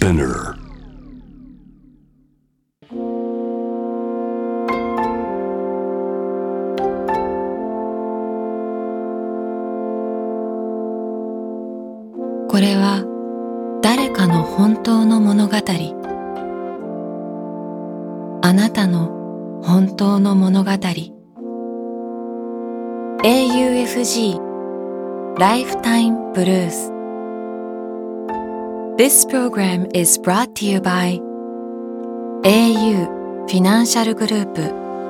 Spinner. これは誰かの本当の物語。あなたの本当の物語。AUFG Lifetime Blues. This program is brought to you by au フィナンシャルグループ。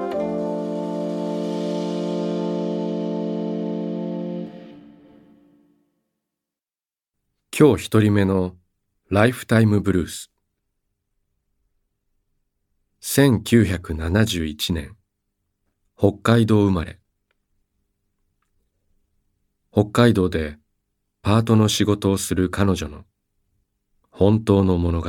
今日一人目のライフタイムブルース。1971年、北海道生まれ。北海道でパートの仕事をする彼女の本当の物語。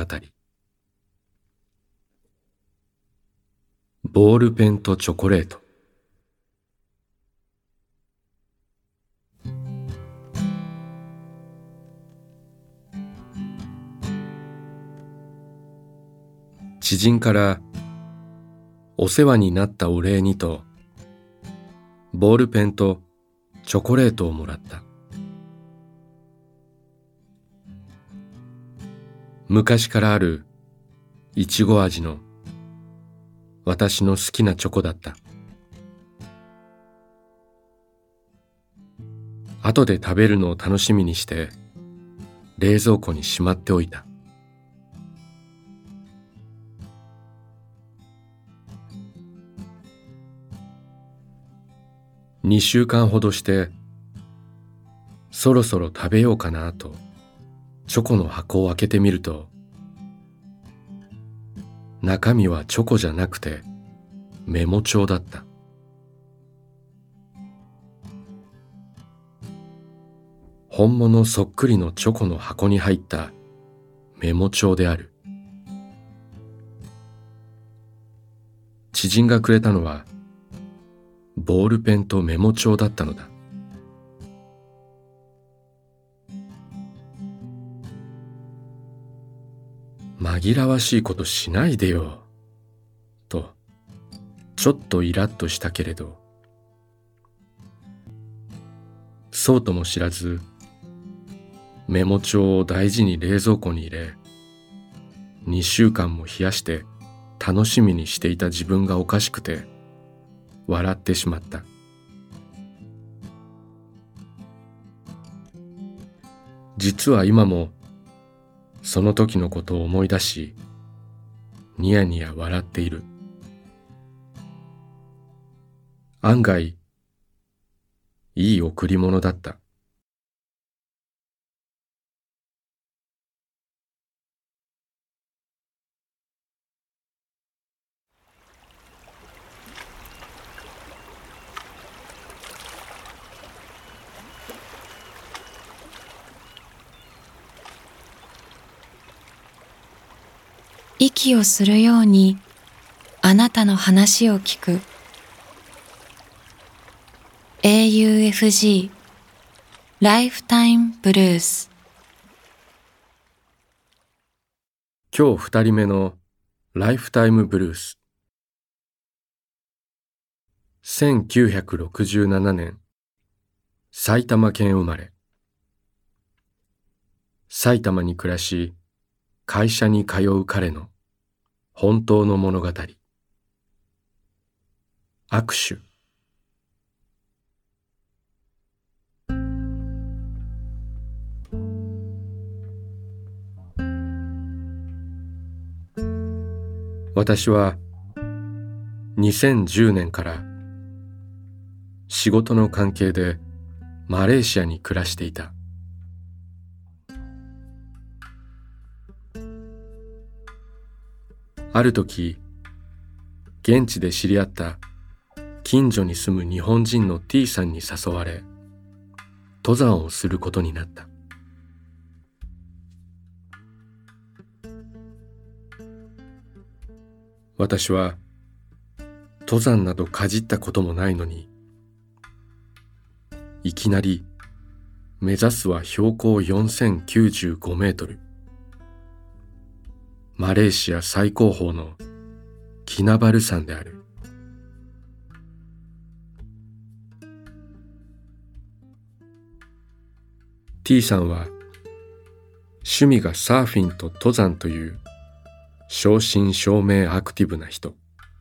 ボールペンとチョコレート。知人からお世話になったお礼にとボールペンとチョコレートをもらった。昔からあるいちご味の私の好きなチョコだった。後で食べるのを楽しみにして冷蔵庫にしまっておいた。2週間ほどしてそろそろ食べようかなとチョコの箱を開けてみると、中身はチョコじゃなくてメモ帳だった。本物そっくりのチョコの箱に入ったメモ帳である。知人がくれたのはボールペンとメモ帳だったのだ。紛らわしいことしないでよ、とちょっとイラッとしたけれど、そうとも知らずメモ帳を大事に冷蔵庫に入れ、2週間も冷やして楽しみにしていた自分がおかしくて笑ってしまった。実は今もその時のことを思い出し、ニヤニヤ笑っている。案外いい贈り物だった。 息をするようにあなたの話を聞く。AUFG Lifetime Blues。 今日二人目のライフタイムブルース。1967年、埼玉県生まれ。埼玉に暮らし会社に通う彼の本当の物語。握手。私は2010年から仕事の関係でマレーシアに暮らしていた。ある時、現地で知り合った近所に住む日本人の T さんに誘われ、登山をすることになった。私は登山などかじったこともないのに、いきなり目指すは標高4095メートル。 マレーシア最高峰のキナバル山である。T さんは趣味がサーフィンと登山という正真正銘アクティブな人。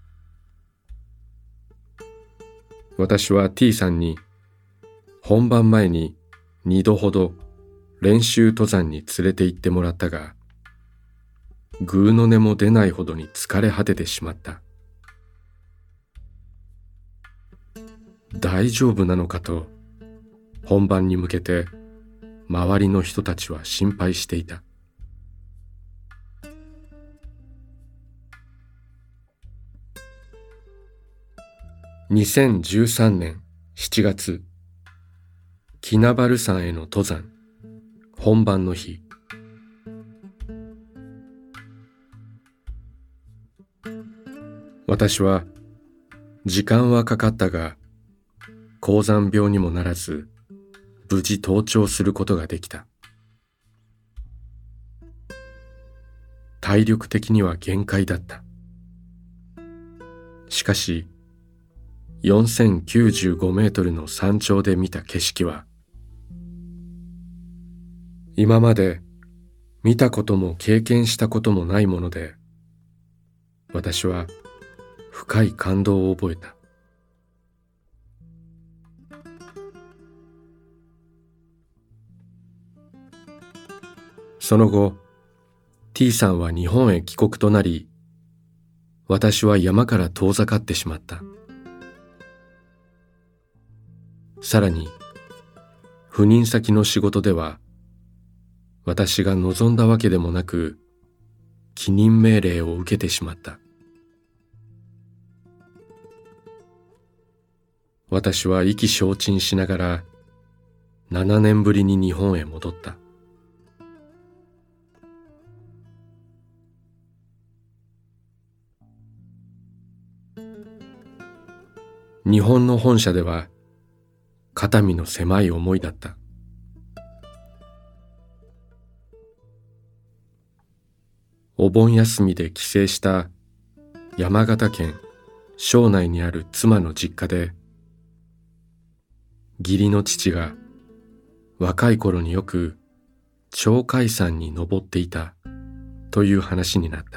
私は T さんに本番前に2度ほど練習登山に連れて行ってもらったが、ぐうの音も出ないほどに疲れ果ててしまった。大丈夫なのかと本番に向けて周りの人たちは心配していた。2013年7月、キナバル山への登山本番の日。私は時間はかかったが高山病にもならず無事登頂することができた。体力的には限界だった。しかし4095メートルの山頂で見た景色は今まで見たことも経験したこともないもので、私は深い感動を覚えた。その後、T さんは日本へ帰国となり、私は山から遠ざかってしまった。さらに、赴任先の仕事では、私が望んだわけでもなく、帰任命令を受けてしまった。私は意気消沈しながら、7年ぶりに日本へ戻った。日本の本社では、肩身の狭い思いだった。お盆休みで帰省した山形県庄内にある妻の実家で、義理の父が若い頃によく鳥海山に登っていたという話になった。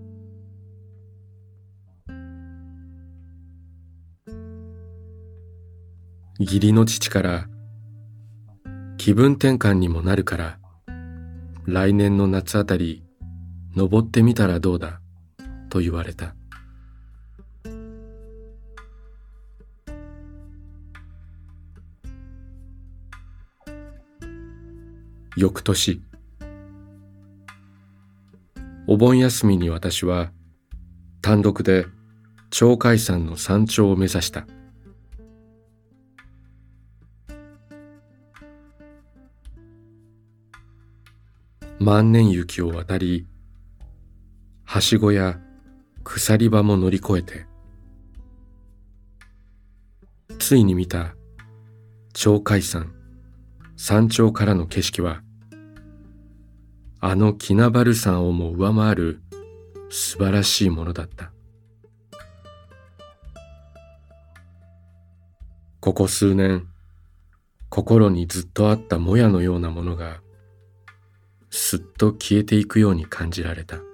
義理の父から気分転換にもなるから来年の夏あたり登ってみたらどうだと言われた。翌年、お盆休みに私は単独で鳥海山の山頂を目指した。万年雪を渡り、はしごや鎖場も乗り越えて、ついに見た鳥海山山頂からの景色は、あのキナバル山をも上回る素晴らしいものだった。ここ数年、心にずっとあったもやのようなものが、すっと消えていくように感じられた。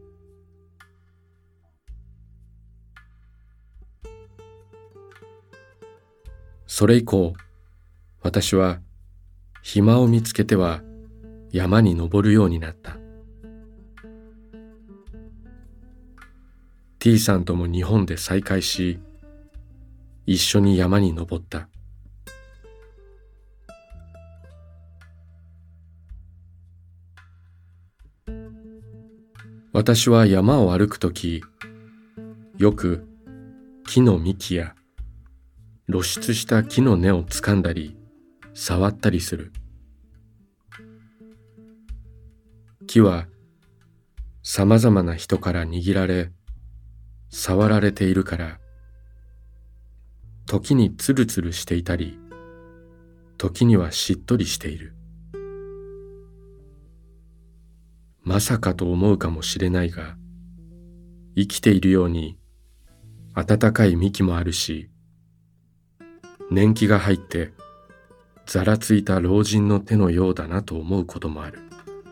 それ以降、私は暇を見つけては山に登るようになった。T さんとも日本で再会し、一緒に山に登った。私は山を歩くとき、よく木の幹や露出した木の根を掴んだり、触ったりする。木はさまざまな人から握られ、触られているから、時にツルツルしていたり、時にはしっとりしている。 まさかと思うかもしれないが、生きているように温かい幹もあるし、年季が入ってざらついた老人の手のようだなと思うこともある。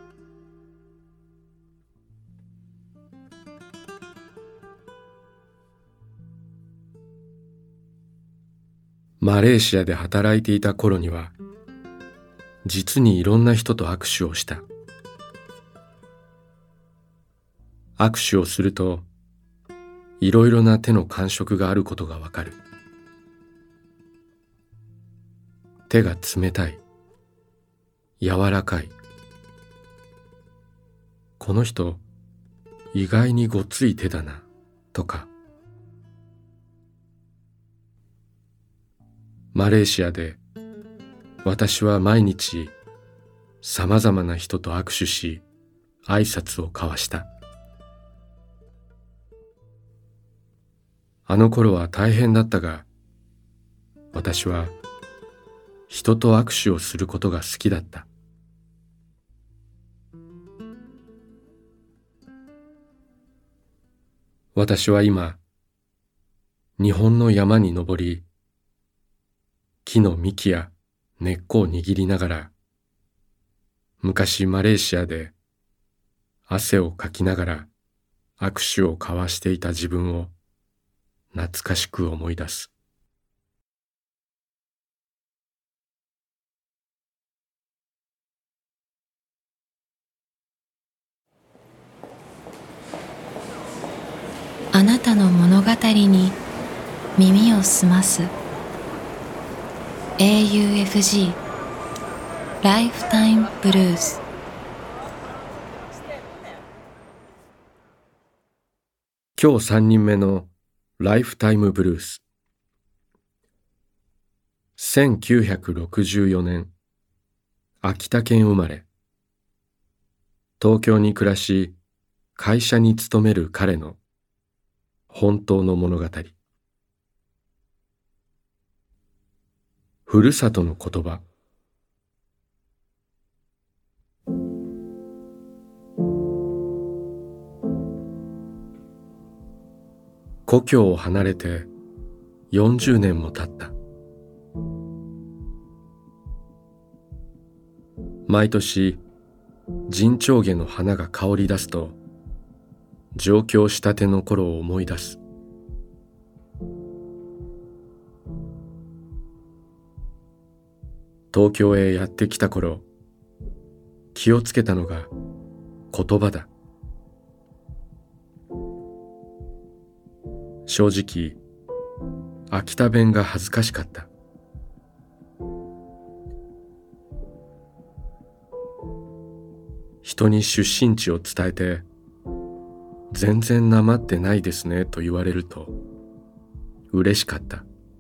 マレーシアで働いていた頃には、実にいろんな人と握手をした。握手をすると、いろいろな手の感触があることがわかる。手が冷たい、柔らかい。この人、意外にごつい手だな、とか。マレーシアで、私は毎日、さまざまな人と握手し、挨拶を交わした。あの頃は大変だったが、私は人と握手をすることが好きだった。私は今、日本の山に登り、木の幹や根っこを握りながら、昔マレーシアで汗をかきながら握手を交わしていた自分を懐かしく思い出す。 あなたの物語に耳を澄ます。 AUFG ライフタイムブルース。 今日3人目のライフタイムブルース。1964年、秋田県生まれ。東京に暮らし、会社に勤める彼の本当の物語。ふるさとの言葉。故郷を離れて40年も経った。毎年陣長下の花が香り出すと上京したての頃を思い出す。東京へやってきた頃、気をつけたのが言葉だ。正直、秋田弁が恥ずかしかった。人に出身地を伝えて、全然なまってないですねと言われると嬉しかった。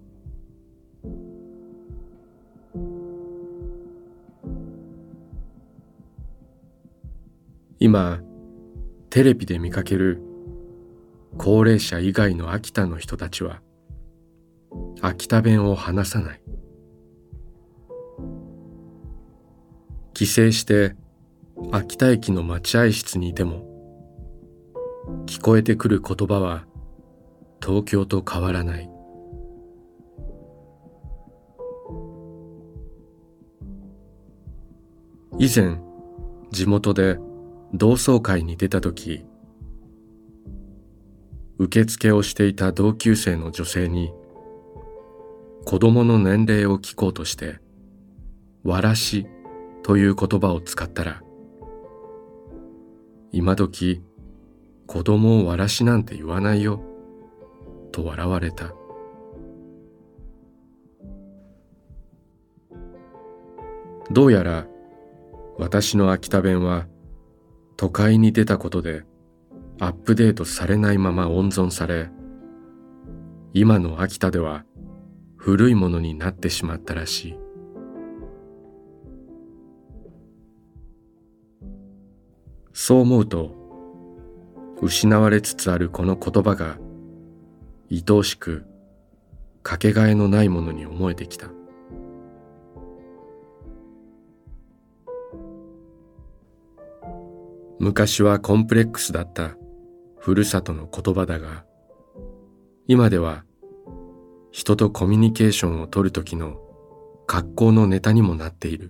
今、テレビで見かける高齢者以外の秋田の人たちは秋田弁を話さない。帰省して秋田駅の待合室にいても聞こえてくる言葉は東京と変わらない。以前、地元で同窓会に出たとき、受付をしていた同級生の女性に子供の年齢を聞こうとしてわらしという言葉を使ったら、今時子供をわらしなんて言わないよと笑われた。どうやら私の秋田弁は都会に出たことでアップデートされないまま温存され、今の秋田では古いものになってしまったらしい。そう思うと、失われつつあるこの言葉が愛おしくかけがえのないものに思えてきた。 昔はコンプレックスだったふるさとの言葉だが、今では人とコミュニケーションを取るときの格好のネタにもなっている。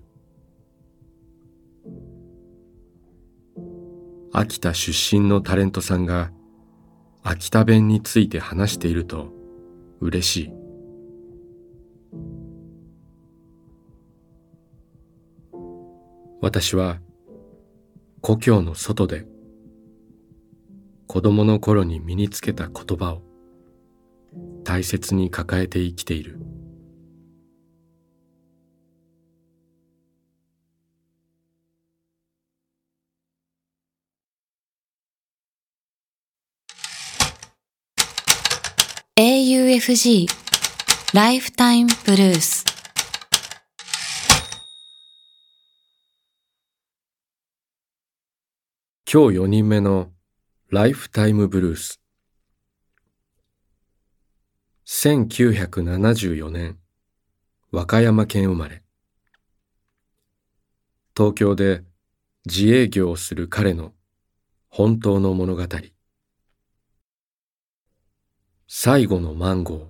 秋田出身のタレントさんが秋田弁について話していると嬉しい。私は故郷の外で子供の頃に身につけた言葉を大切に抱えて生きている。 AUFG ライフタイムブルース。 今日4人目のライフタイムブルース。1974年、和歌山県生まれ。東京で自営業をする彼の本当の物語。最後のマンゴ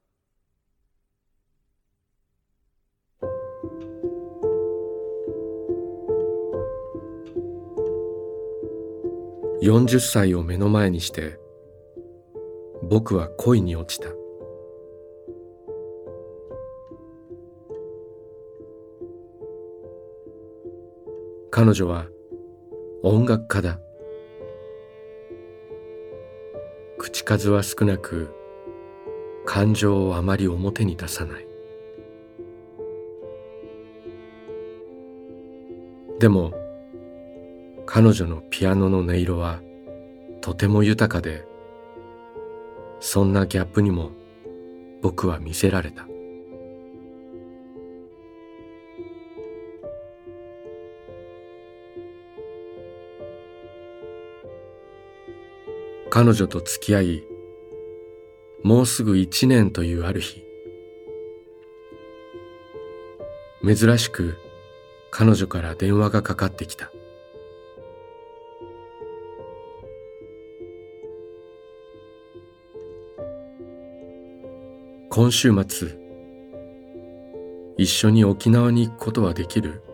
ー。40歳を目の前にして僕は恋に落ちた。彼女は音楽家だ。口数は少なく感情をあまり表に出さない。でも彼女のピアノの音色はとても豊かで、そんなギャップにも僕は魅せられた。彼女と付き合い、もうすぐ1年というある日、珍しく彼女から電話がかかってきた。今週末、一緒に沖縄に行くことはできる？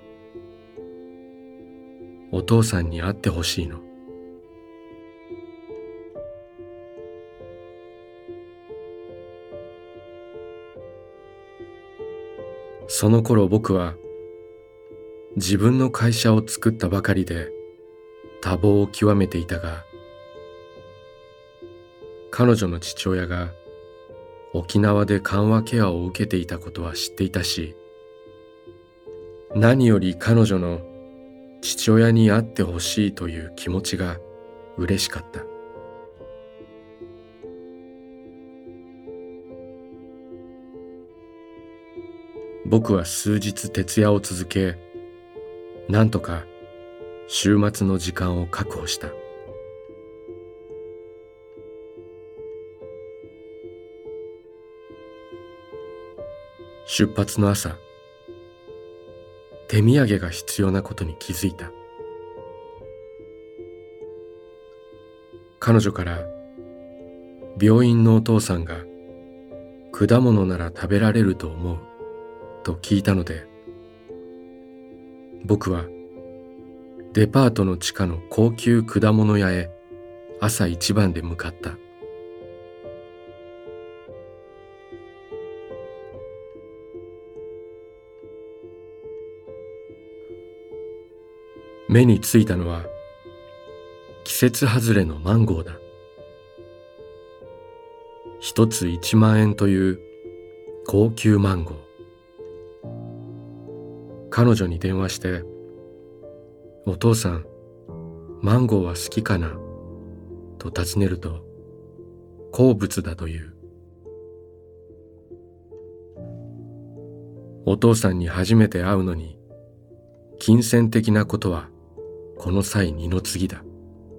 お父さんに会ってほしいの。その頃僕は自分の会社を作ったばかりで多忙を極めていたが、彼女の父親が沖縄で緩和ケアを受けていたことは知っていたし、何より彼女の父親に会ってほしいという気持ちが嬉しかった。僕は数日徹夜を続け、なんとか週末の時間を確保した。出発の朝、手土産が必要なことに気づいた。彼女から病院のお父さんが果物なら食べられると思うと聞いたので、僕はデパートの地下の高級果物屋へ朝一番で向かった。目についたのは季節外れのマンゴーだ。一つ1万円という高級マンゴー。彼女に電話して、お父さん、マンゴーは好きかなと尋ねると、好物だという。お父さんに初めて会うのに、金銭的なことはこの際二の次だ。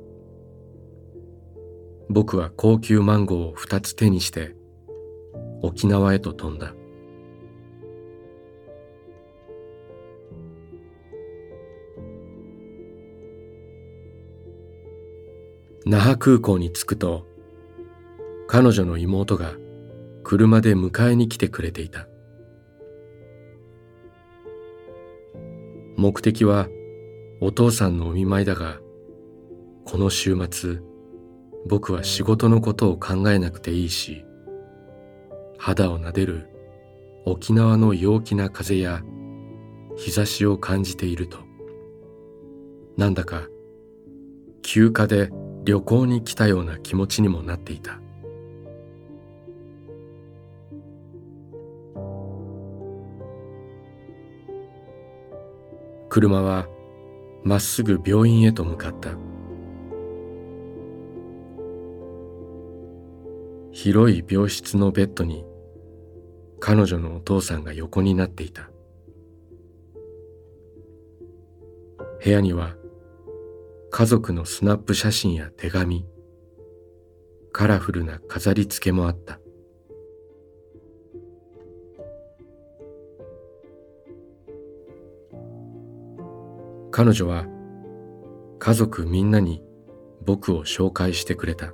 僕は高級マンゴーを2つ手にして沖縄へと飛んだ。 那覇空港に着くと、彼女の妹が車で迎えに来てくれていた。目的はお父さんのお見舞いだが、この週末、僕は仕事のことを考えなくていいし、肌を撫でる沖縄の陽気な風や日差しを感じていると、なんだか休暇で旅行に来たような気持ちにもなっていた。車はまっすぐ病院へと向かった。広い病室のベッドに彼女のお父さんが横になっていた。部屋には家族のスナップ写真や手紙、カラフルな飾り付けもあった。彼女は家族みんなに僕を紹介してくれた。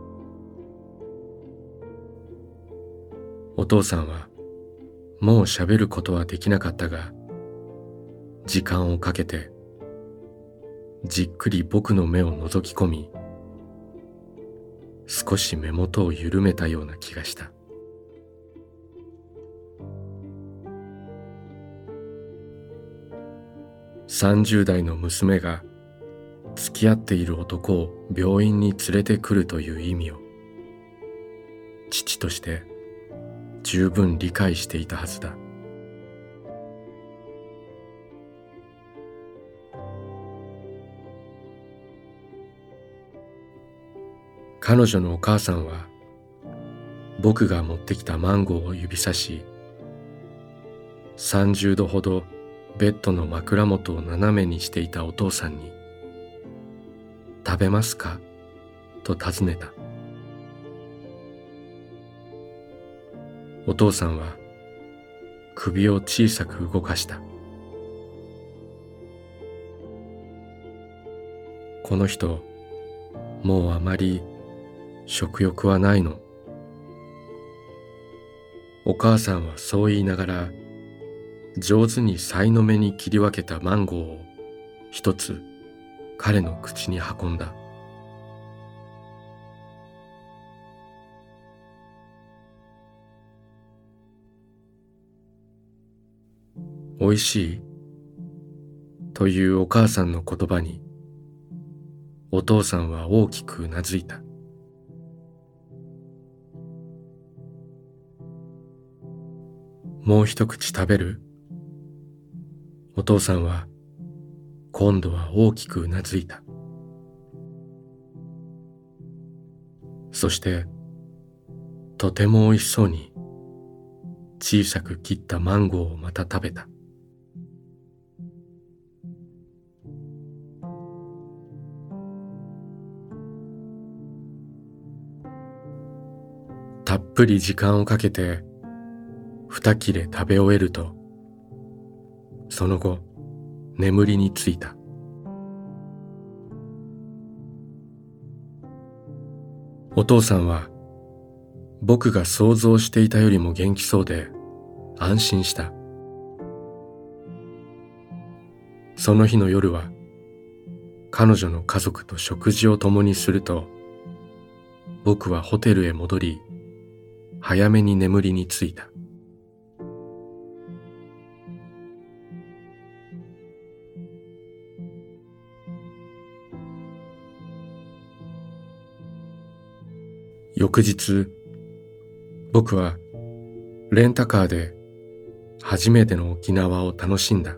お父さんはもう喋ることはできなかったが、時間をかけてじっくり僕の目を覗き込み、少し目元を緩めたような気がした。30代の娘が付き合っている男を病院に連れてくるという意味を、父として十分理解していたはずだ。彼女のお母さんは僕が持ってきたマンゴーを指さし、30度ほどベッドの枕元を斜めにしていたお父さんに、食べますかと尋ねた。お父さんは首を小さく動かした。この人、もうあまり食欲はないの。お母さんはそう言いながら、上手にさいの目に切り分けたマンゴーを一つ彼の口に運んだ。おいしいというお母さんの言葉に、お父さんは大きくうなずいた。もう一口食べる？お父さんは今度は大きくうなずいた。そしてとてもおいしそうに小さく切ったマンゴーをまた食べた。たっぷり時間をかけて2切れ食べ終えると、その後眠りについた。お父さんは僕が想像していたよりも元気そうで安心した。その日の夜は彼女の家族と食事を共にすると、僕はホテルへ戻り早めに眠りについた。翌日、僕はレンタカーで初めての沖縄を楽しんだ。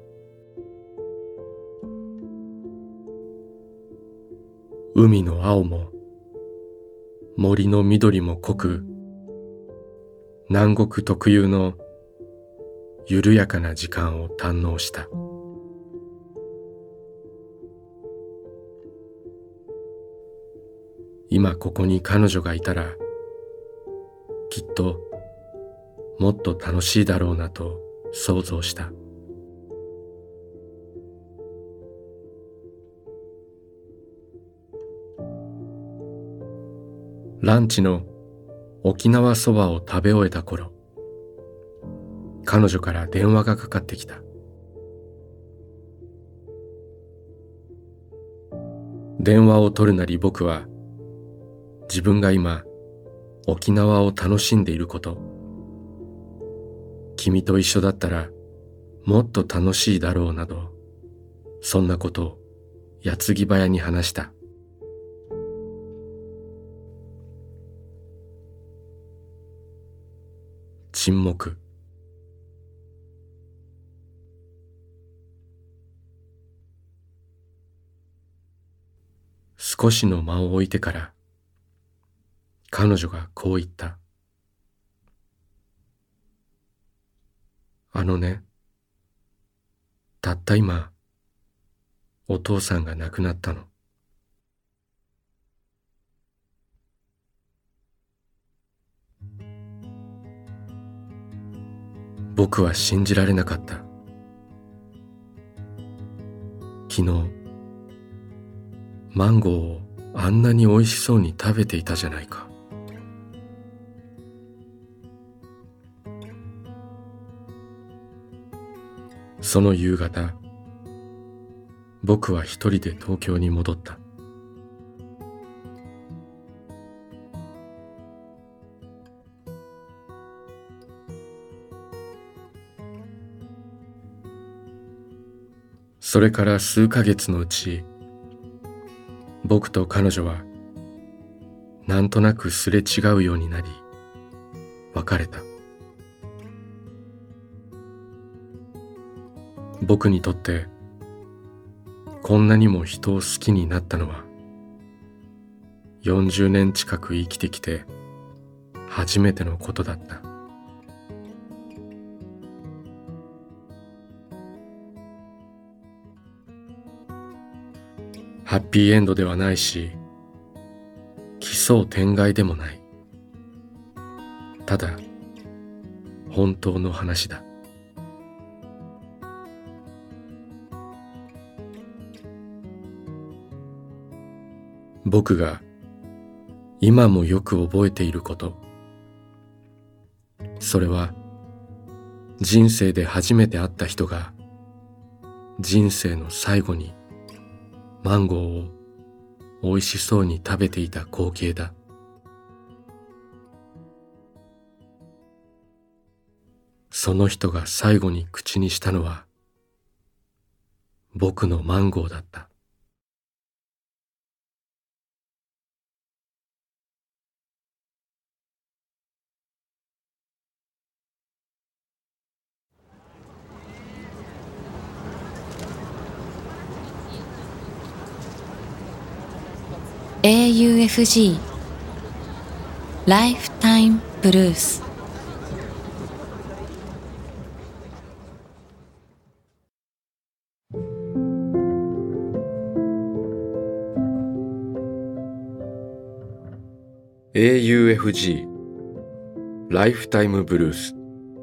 海の青も森の緑も濃く、南国特有の緩やかな時間を堪能した。今ここに彼女がいたら、きっともっと楽しいだろうなと想像した。 ランチの沖縄そばを食べ終えた頃、彼女から電話がかかってきた。電話を取るなり僕は自分が今沖縄を楽しんでいること、君と一緒だったらもっと楽しいだろうなど、そんなことを矢継ぎ早に話した。沈黙。少しの間を置いてから彼女がこう言った。あのね、たった今お父さんが亡くなったの。僕は信じられなかった。昨日マンゴーをあんなに美味しそうに食べていたじゃないか。その夕方、僕は一人で東京に戻った。それから数ヶ月のうち、僕と彼女はなんとなくすれ違うようになり、別れた。僕にとってこんなにも人を好きになったのは40年近く生きてきて初めてのことだった。ハッピーエンドではないし、奇想天外でもない。ただ本当の話だ。僕が今もよく覚えていること、それは人生で初めて会った人が人生の最後にマンゴーを美味しそうに食べていた光景だ。その人が最後に口にしたのは僕のマンゴーだった。 AUFG ライフタイムブルース。 AUFG ライフタイムブルース。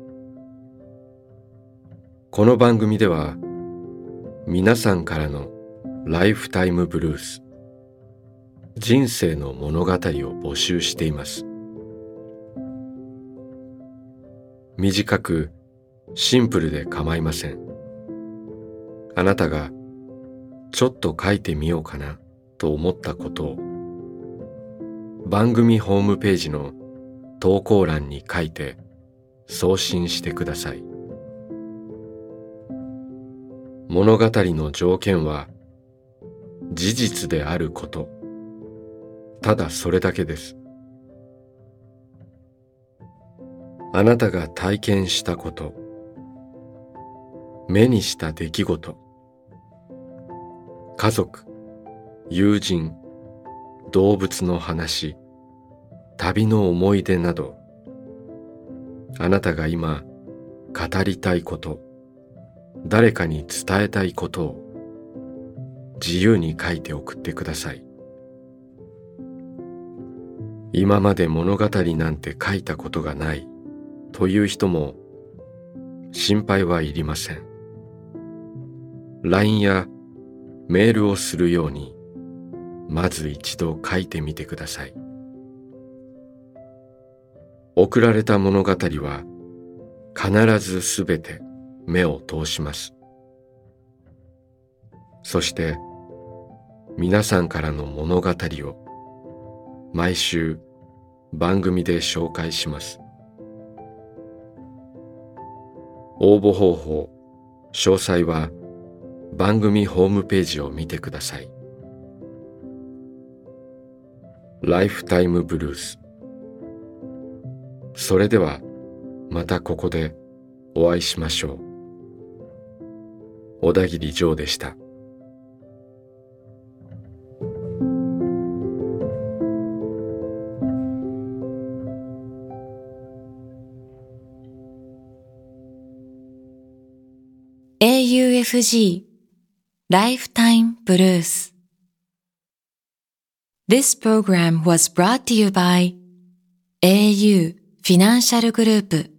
この番組では皆さんからのライフタイムブルース、人生の物語を募集しています。短くシンプルで構いません。あなたがちょっと書いてみようかなと思ったことを番組ホームページの投稿欄に書いて送信してください。物語の条件は事実であること、ただそれだけです。あなたが体験したこと、目にした出来事、家族、友人、動物の話、旅の思い出など、あなたが今語りたいこと、誰かに伝えたいことを自由に書いて送ってください。今まで物語なんて書いたことがないという人も心配はいりません。LINE やメールをするようにまず一度書いてみてください。 送られた物語は必ずすべて目を通します。そして皆さんからの物語を毎週番組で紹介します。応募方法、詳細は番組ホームページを見てください。ライフタイムブルース。それではまたここでお会いしましょう。小田切ジョーでした。 AUFG Lifetime Blues. This program was brought to you by au Financial Group.